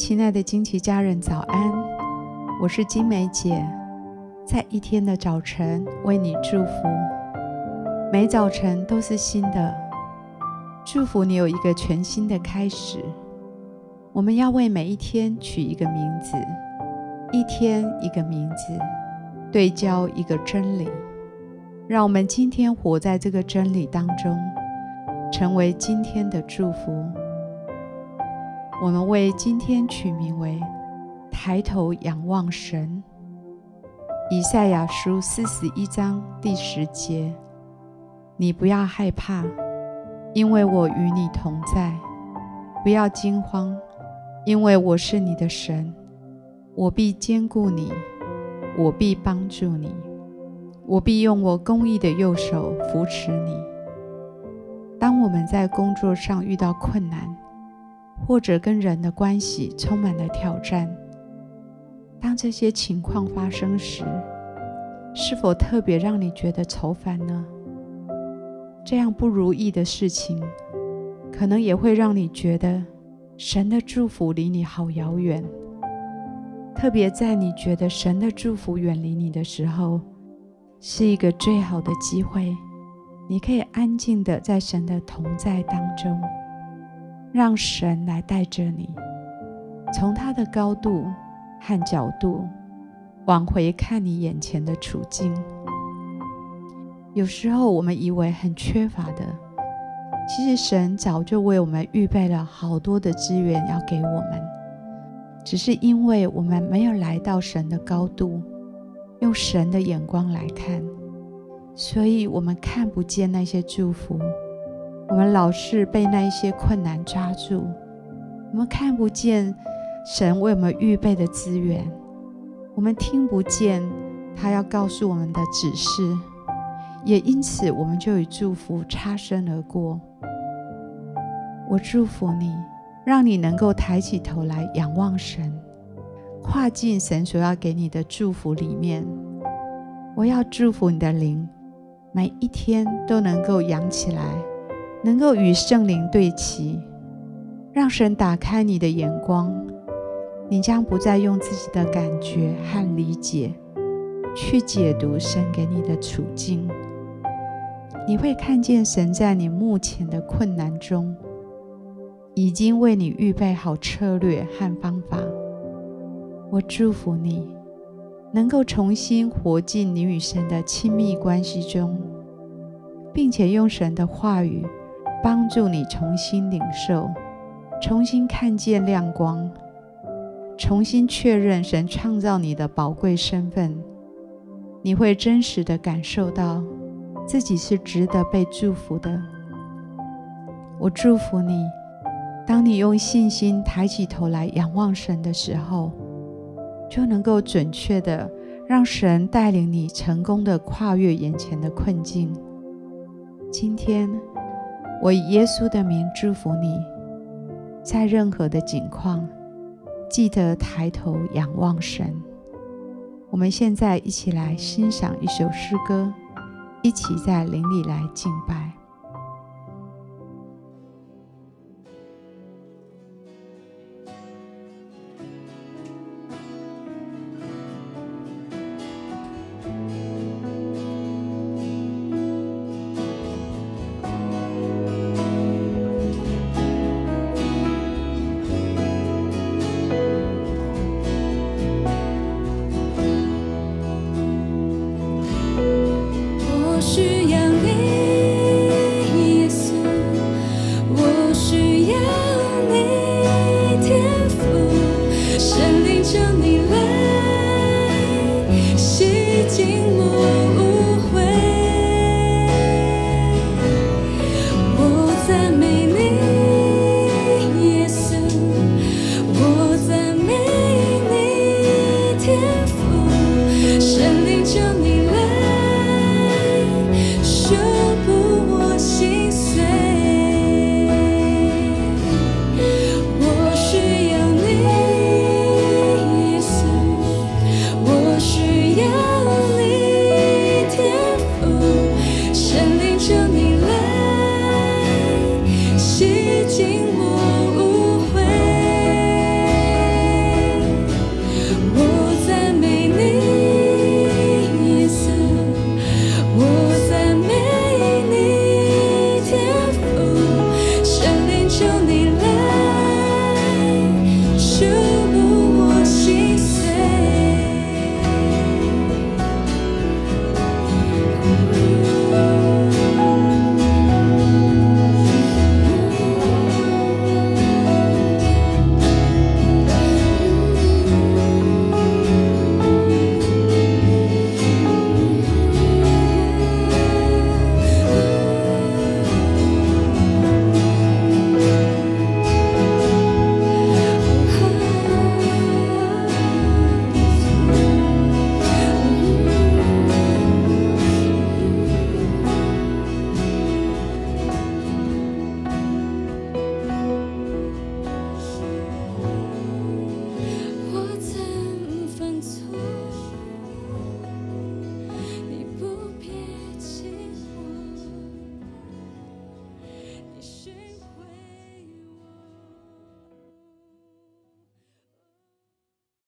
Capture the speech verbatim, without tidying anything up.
亲爱的金奇家人早安，我是金梅姐，在一天的早晨为你祝福。每早晨都是新的，祝福你有一个全新的开始。我们要为每一天取一个名字，一天一个名字，对焦一个真理。让我们今天活在这个真理当中，成为今天的祝福。我们为今天取名为抬头仰望神。以赛亚书四十一章第十节，你不要害怕，因为我与你同在；不要惊慌，因为我是你的神，我必坚固你，我必帮助你，我必用我公义的右手扶持你。当我们在工作上遇到困难，或者跟人的关系充满了挑战，当这些情况发生时，是否特别让你觉得愁烦呢？这样不如意的事情，可能也会让你觉得神的祝福离你好遥远。特别在你觉得神的祝福远离你的时候，是一个最好的机会，你可以安静地在神的同在当中，让神来带着你，从他的高度和角度往回看你眼前的处境。有时候我们以为很缺乏的，其实神早就为我们预备了好多的资源要给我们，只是因为我们没有来到神的高度，用神的眼光来看，所以我们看不见那些祝福，我们老是被那一些困难抓住，我们看不见神为我们预备的资源，我们听不见他要告诉我们的指示，也因此我们就与祝福擦身而过。我祝福你，让你能够抬起头来仰望神，跨进神所要给你的祝福里面。我要祝福你的灵，每一天都能够扬起来，能够与圣灵对齐，让神打开你的眼光，你将不再用自己的感觉和理解去解读神给你的处境。你会看见神在你目前的困难中已经为你预备好策略和方法。我祝福你能够重新活进你与神的亲密关系中，并且用神的话语帮助你重新领受，重新看见亮光，重新确认神创造你的宝贵身份。你会真实地感受到自己是值得被祝福的。我祝福你，当你用信心抬起头来仰望神的时候，就能够准确地让神带领你成功地跨越眼前的困境。今天我以耶稣的名祝福你，在任何的境况记得抬头仰望神。我们现在一起来欣赏一首诗歌，一起在灵里来敬拜。